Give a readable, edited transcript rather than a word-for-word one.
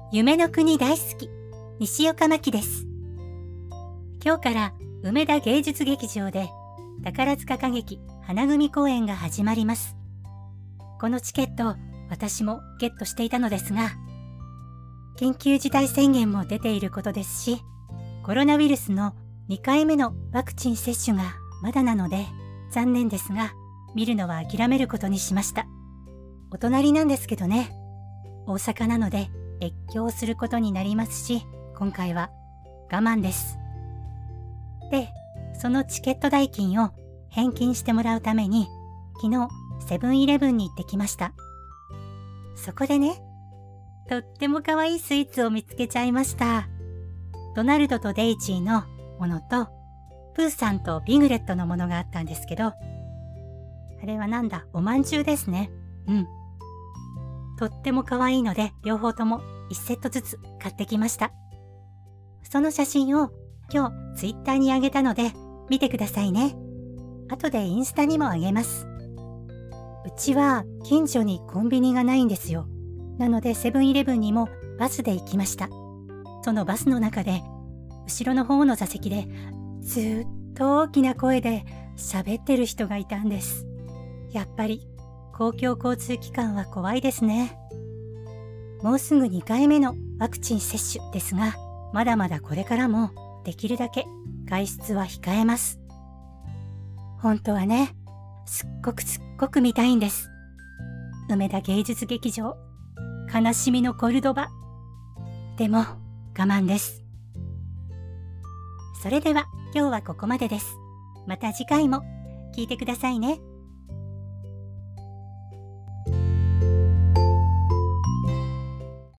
夢の国大好き、西岡真希です。今日から梅田芸術劇場で宝塚歌劇花組公演が始まります。このチケット、私もゲットしていたのですが、緊急事態宣言も出ていることですし、コロナウイルスの2回目のワクチン接種がまだなので、残念ですが、見るのは諦めることにしました。お隣なんですけどね、大阪なので越境することになりますし、今回は我慢です。で、そのチケット代金を返金してもらうために、昨日セブンイレブンに行ってきました。そこでね、とっても可愛いスイーツを見つけちゃいました。ドナルドとデイジーのものと、プーさんとピグレットのものがあったんですけど、あれはなんだ、おまんじゅうですね。とっても可愛いので、両方とも1セットずつ買ってきました。その写真を今日ツイッターにあげたので見てくださいね。後でインスタにもあげます。うちは近所にコンビニがないんですよ。なのでセブンイレブンにもバスで行きました。そのバスの中で後ろの方の座席でずーっと大きな声で喋ってる人がいたんです。やっぱり公共交通機関は怖いですね。もうすぐ2回目のワクチン接種ですが、まだまだこれからもできるだけ外出は控えます。本当はね、すっごく見たいんです。梅田芸術劇場、悲しみのコルドバ。でも我慢です。それでは今日はここまでです。また次回も聞いてくださいね。